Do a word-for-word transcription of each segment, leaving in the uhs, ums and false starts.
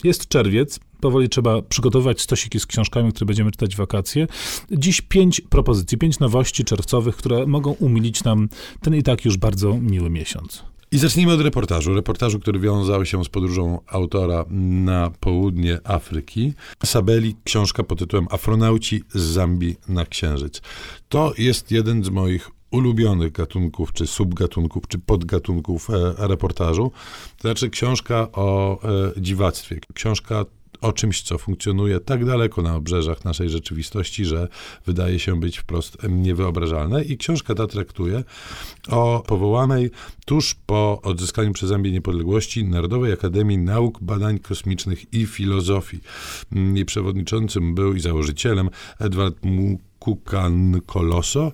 Jest czerwiec, powoli trzeba przygotowywać stosiki z książkami, które będziemy czytać w wakacje. Dziś pięć propozycji, pięć nowości czerwcowych, które mogą umilić nam ten i tak już bardzo miły miesiąc. I zacznijmy od reportażu. Reportażu, który wiązał się z podróżą autora na południe Afryki. Sabeli, książka pod tytułem Afronauci z Zambii na Księżyc. To jest jeden z moich ulubionych gatunków, czy subgatunków, czy podgatunków e, reportażu. To znaczy książka o e, dziwactwie. Książka o czymś, co funkcjonuje tak daleko na obrzeżach naszej rzeczywistości, że wydaje się być wprost niewyobrażalne. I książka ta traktuje o powołanej tuż po odzyskaniu przez Zambię niepodległości Narodowej Akademii Nauk, Badań Kosmicznych i Filozofii. Jej przewodniczącym był i założycielem Edward Kukan Koloso,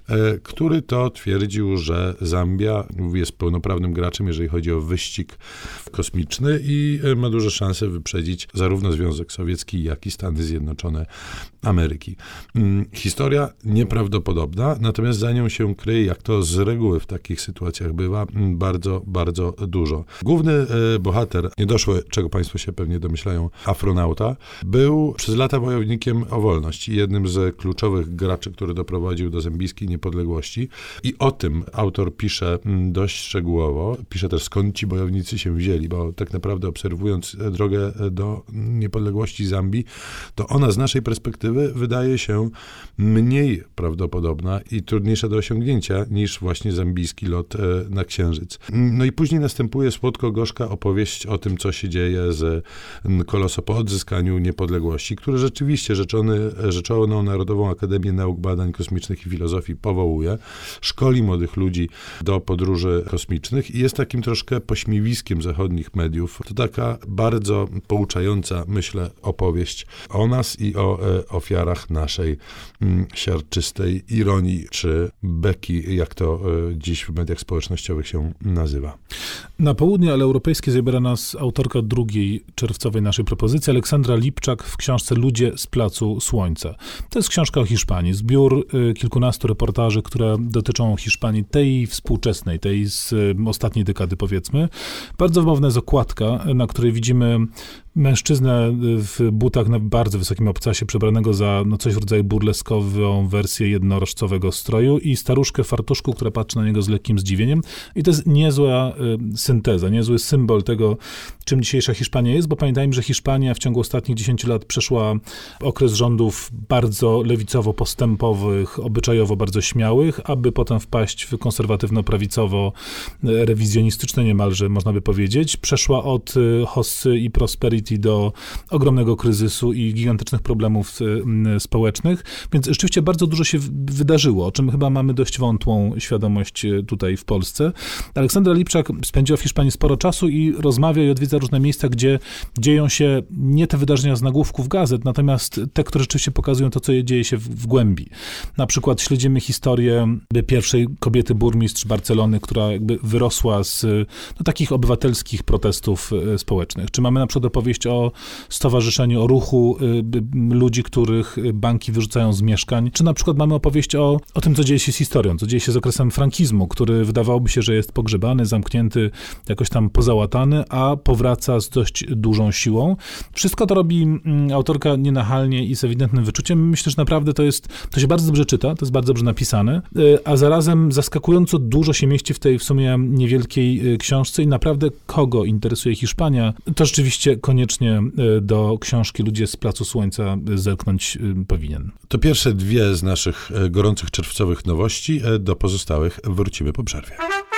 który to twierdził, że Zambia jest pełnoprawnym graczem, jeżeli chodzi o wyścig kosmiczny i ma duże szanse wyprzedzić zarówno Związek Sowiecki, jak i Stany Zjednoczone Ameryki. Historia nieprawdopodobna, natomiast za nią się kryje, jak to z reguły w takich sytuacjach bywa, bardzo, bardzo dużo. Główny bohater, niedoszły, czego państwo się pewnie domyślają, afronauta, był przez lata wojownikiem o wolność i jednym z kluczowych graczy, który doprowadził do zambijskiej niepodległości. I o tym autor pisze dość szczegółowo. Pisze też, skąd ci bojownicy się wzięli, bo tak naprawdę obserwując drogę do niepodległości Zambii, to ona z naszej perspektywy wydaje się mniej prawdopodobna i trudniejsza do osiągnięcia niż właśnie zambijski lot na Księżyc. No i później następuje słodko-gorzka opowieść o tym, co się dzieje z Koloso po odzyskaniu niepodległości, który rzeczywiście rzeczony, rzeczoną Narodową Akademię Nauk, Badań Kosmicznych i Filozofii powołuje, szkoli młodych ludzi do podróży kosmicznych i jest takim troszkę pośmiewiskiem zachodnich mediów. To taka bardzo pouczająca, myślę, opowieść o nas i o e, ofiarach naszej mm, siarczystej ironii, czy beki, jak to e, dziś w mediach społecznościowych się nazywa. Na południe, ale europejskie zabiera nas autorka drugiej czerwcowej naszej propozycji, Aleksandra Lipczak w książce Ludzie z Placu Słońca. To jest książka o Hiszpanii, zbiór y, kilkunastu reportaży, które dotyczą Hiszpanii, tej współczesnej, tej z y, ostatniej dekady, powiedzmy. Bardzo wymowna jest okładka, na której widzimy mężczyznę w butach na bardzo wysokim obcasie, przebranego za no, coś w rodzaju burleskową wersję jednorożcowego stroju i staruszkę w fartuszku, która patrzy na niego z lekkim zdziwieniem. I to jest niezła y, synteza, niezły symbol tego, czym dzisiejsza Hiszpania jest, bo pamiętajmy, że Hiszpania w ciągu ostatnich dziesięciu lat przeszła okres rządów bardzo lewicowo-postępowych, obyczajowo bardzo śmiałych, aby potem wpaść w konserwatywno-prawicowo-rewizjonistyczne niemalże, można by powiedzieć. Przeszła od y, hossy i prosperity do ogromnego kryzysu i gigantycznych problemów społecznych, więc rzeczywiście bardzo dużo się wydarzyło, o czym chyba mamy dość wątłą świadomość tutaj w Polsce. Aleksandra Lipczak spędziła w Hiszpanii sporo czasu i rozmawia i odwiedza różne miejsca, gdzie dzieją się nie te wydarzenia z nagłówków gazet, natomiast te, które rzeczywiście pokazują to, co dzieje się w, w głębi. Na przykład śledzimy historię pierwszej kobiety burmistrz Barcelony, która jakby wyrosła z no, takich obywatelskich protestów społecznych. Czy mamy na przykład opowieść o stowarzyszeniu, o ruchu y, ludzi, których banki wyrzucają z mieszkań, czy na przykład mamy opowieść o, o tym, co dzieje się z historią, co dzieje się z okresem frankizmu, który wydawałoby się, że jest pogrzebany, zamknięty, jakoś tam pozałatany, a powraca z dość dużą siłą. Wszystko to robi mm, autorka nienachalnie i z ewidentnym wyczuciem. Myślę, że naprawdę to jest, to się bardzo dobrze czyta, to jest bardzo dobrze napisane, y, a zarazem zaskakująco dużo się mieści w tej w sumie niewielkiej y, książce i naprawdę kogo interesuje Hiszpania, to rzeczywiście koniecznie do książki Ludzie z Placu Słońca zerknąć powinien. To pierwsze dwie z naszych gorących czerwcowych nowości. Do pozostałych wrócimy po przerwie.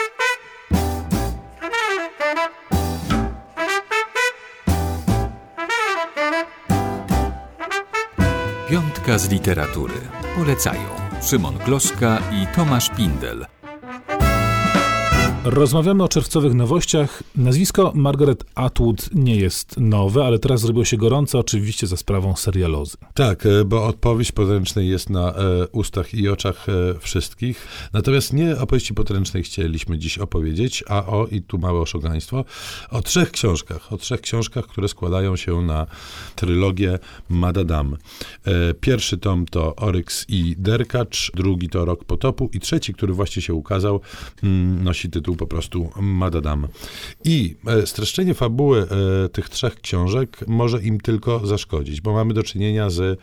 Piątka z literatury. Polecają Szymon Gloszka i Tomasz Pindel. Rozmawiamy o czerwcowych nowościach. Nazwisko Margaret Atwood nie jest nowe, ale teraz zrobiło się gorące, oczywiście za sprawą serialozy. Tak, bo opowieść podręcznej jest na e, ustach i oczach e, wszystkich. Natomiast nie opowieści podręcznej chcieliśmy dziś opowiedzieć, a o, i tu małe oszogaństwo, o trzech książkach. O trzech książkach, które składają się na trylogię Madadam. E, pierwszy tom to Oryx i Derkacz, drugi to Rok Potopu i trzeci, który właśnie się ukazał, mm, nosi tytuł po prostu Madadam. I e, streszczenie fabuły e, tych trzech książek może im tylko zaszkodzić, bo mamy do czynienia z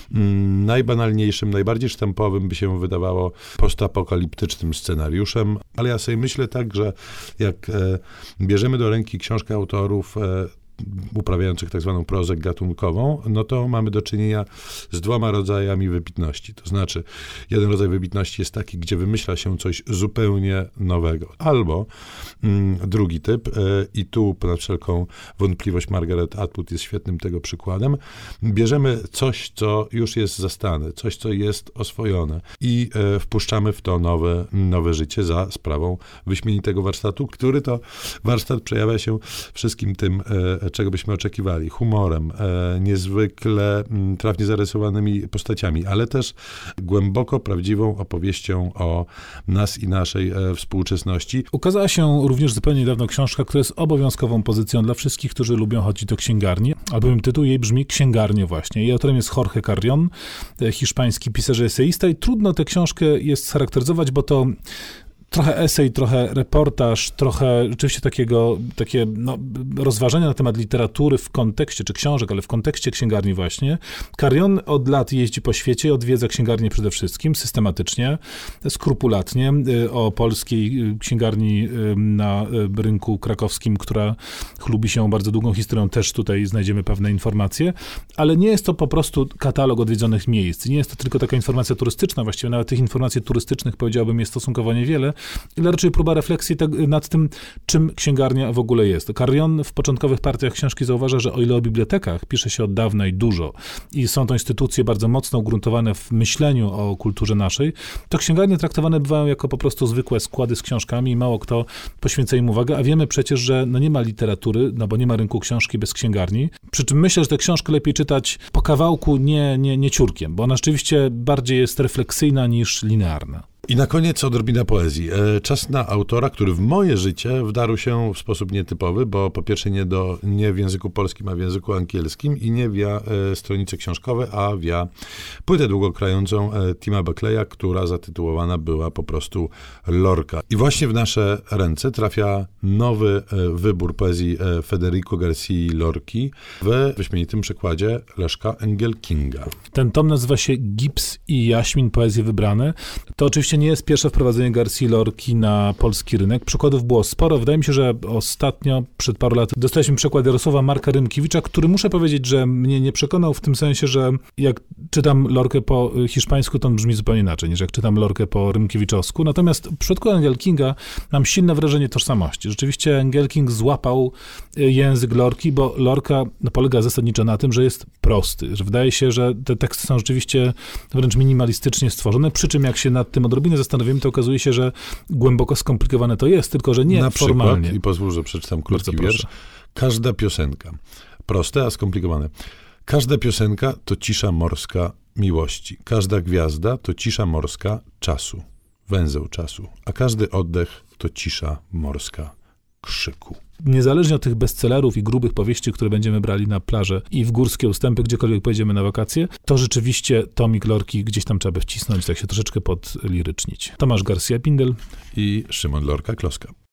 mm, najbanalniejszym, najbardziej sztampowym, by się wydawało, postapokaliptycznym scenariuszem, ale ja sobie myślę tak, że jak e, bierzemy do ręki książkę autorów e, uprawiających tak zwaną prozę gatunkową, no to mamy do czynienia z dwoma rodzajami wybitności. To znaczy, jeden rodzaj wybitności jest taki, gdzie wymyśla się coś zupełnie nowego. Albo mm, drugi typ, y, i tu na wszelką wątpliwość Margaret Atwood jest świetnym tego przykładem, bierzemy coś, co już jest zastane, coś, co jest oswojone i y, wpuszczamy w to nowe, nowe życie za sprawą wyśmienitego warsztatu, który to warsztat przejawia się wszystkim tym, y, czego byśmy oczekiwali. Humorem, e, niezwykle m, trafnie zarysowanymi postaciami, ale też głęboko prawdziwą opowieścią o nas i naszej e, współczesności. Ukazała się również zupełnie niedawno książka, która jest obowiązkową pozycją dla wszystkich, którzy lubią chodzić do księgarni, albowiem tytuł jej brzmi Księgarnie właśnie. Jej autorem jest Jorge Carrion, e, hiszpański pisarz eseista i trudno tę książkę jest scharakteryzować, bo to trochę esej, trochę reportaż, trochę rzeczywiście takiego, takie no, rozważania na temat literatury w kontekście, czy książek, ale w kontekście księgarni właśnie. Carrion od lat jeździ po świecie, odwiedza księgarnię przede wszystkim, systematycznie, skrupulatnie. O polskiej księgarni na rynku krakowskim, która chlubi się bardzo długą historią, też tutaj znajdziemy pewne informacje, ale nie jest to po prostu katalog odwiedzonych miejsc. Nie jest to tylko taka informacja turystyczna, właściwie nawet tych informacji turystycznych, powiedziałbym, jest stosunkowo niewiele, ale raczej próba refleksji tak, nad tym, czym księgarnia w ogóle jest. Carrion w początkowych partiach książki zauważa, że o ile o bibliotekach pisze się od dawna i dużo i są to instytucje bardzo mocno ugruntowane w myśleniu o kulturze naszej, to księgarnie traktowane bywają jako po prostu zwykłe składy z książkami i mało kto poświęca im uwagę, a wiemy przecież, że no nie ma literatury, no bo nie ma rynku książki bez księgarni. Przy czym myślę, że tę książkę lepiej czytać po kawałku, nie, nie, nie ciurkiem, bo ona rzeczywiście bardziej jest refleksyjna niż linearna. I na koniec odrobina poezji. Czas na autora, który w moje życie wdarł się w sposób nietypowy, bo po pierwsze nie, do, nie w języku polskim, a w języku angielskim i nie via e, stronice książkowe, a via płytę długokrającą e, Tima Buckleya, która zatytułowana była po prostu Lorca. I właśnie w nasze ręce trafia nowy e, wybór poezji e, Federico Garcii Lorki w wyśmienitym przykładzie Leszka Engelkinga. Ten tom nazywa się Gips i Jaśmin, poezje wybrane. To oczywiście nie jest pierwsze wprowadzenie Garcii Lorki na polski rynek. Przykładów było sporo. Wydaje mi się, że ostatnio, przed paru lat, dostaliśmy przykład Jarosława Marka Rymkiewicza, który muszę powiedzieć, że mnie nie przekonał w tym sensie, że jak czytam Lorkę po hiszpańsku, to on brzmi zupełnie inaczej, niż jak czytam Lorkę po rymkiewiczowsku. Natomiast w przypadku Engelkinga mam silne wrażenie tożsamości. Rzeczywiście Engelking złapał język Lorki, bo Lorca no, polega zasadniczo na tym, że jest prosty. Że wydaje się, że te teksty są rzeczywiście wręcz minimalistycznie stworzone, przy czym jak się nad tym odrobinę zastanowimy, to okazuje się, że głęboko skomplikowane to jest, tylko że nie na formalnie. Przykład, i pozwól, że przeczytam krótki wiersz. Każda piosenka, proste, a skomplikowane. Każda piosenka to cisza morska miłości. Każda gwiazda to cisza morska czasu, węzeł czasu. A każdy oddech to cisza morska krzyku. Niezależnie od tych bestsellerów i grubych powieści, które będziemy brali na plażę i w górskie ustępy, gdziekolwiek pojedziemy na wakacje, to rzeczywiście tomik Lorki gdzieś tam trzeba by wcisnąć, tak się troszeczkę podlirycznić. Tomasz Garcia Pindel i Szymon Lorka-Kloska.